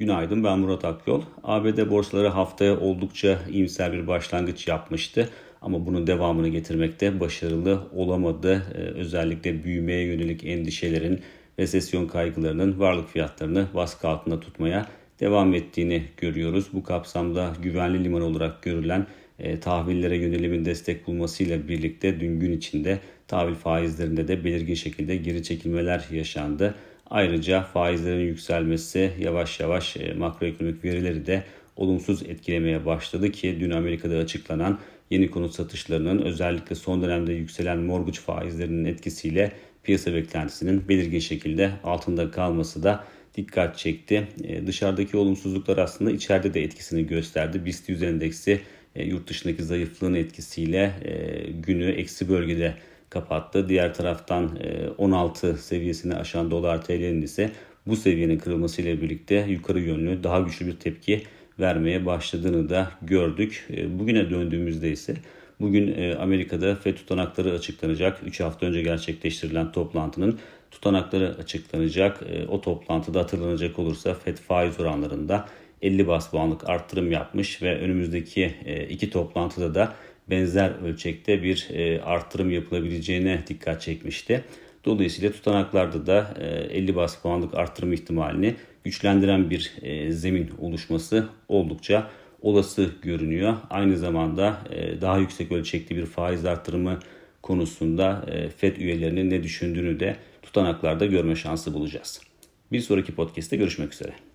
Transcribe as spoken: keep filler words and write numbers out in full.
Günaydın, ben Murat Akyol. A B D borsaları haftaya oldukça iyimser bir başlangıç yapmıştı. Ama bunun devamını getirmekte başarılı olamadı. Ee, özellikle büyümeye yönelik endişelerin, resesyon kaygılarının varlık fiyatlarını baskı altında tutmaya devam ettiğini görüyoruz. Bu kapsamda güvenli liman olarak görülen e, tahvillere yönelimin destek bulmasıyla birlikte dün gün içinde tahvil faizlerinde de belirgin şekilde geri çekilmeler yaşandı. Ayrıca faizlerin yükselmesi yavaş yavaş e, makroekonomik verileri de olumsuz etkilemeye başladı ki dün Amerika'da açıklanan yeni konut satışlarının özellikle son dönemde yükselen mortgage faizlerinin etkisiyle piyasa beklentisinin belirgin şekilde altında kalması da dikkat çekti. E, dışarıdaki olumsuzluklar aslında içeride de etkisini gösterdi. BIST yüz endeksi e, yurt dışındaki zayıflığın etkisiyle e, günü eksi bölgede kapattı. Diğer taraftan on altı seviyesini aşan dolar T L'nin ise bu seviyenin kırılmasıyla birlikte yukarı yönlü daha güçlü bir tepki vermeye başladığını da gördük. Bugüne döndüğümüzde ise bugün Amerika'da Fed tutanakları açıklanacak. üç hafta önce gerçekleştirilen toplantının tutanakları açıklanacak. O toplantıda hatırlanacak olursa Fed faiz oranlarında elli bas puanlık arttırım yapmış ve önümüzdeki iki toplantıda da benzer ölçekte bir arttırım yapılabileceğine dikkat çekmişti. Dolayısıyla tutanaklarda da elli bas puanlık arttırım ihtimalini güçlendiren bir zemin oluşması oldukça olası görünüyor. Aynı zamanda daha yüksek ölçekli bir faiz arttırımı konusunda Fed üyelerinin ne düşündüğünü de tutanaklarda görme şansı bulacağız. Bir sonraki podcast'te görüşmek üzere.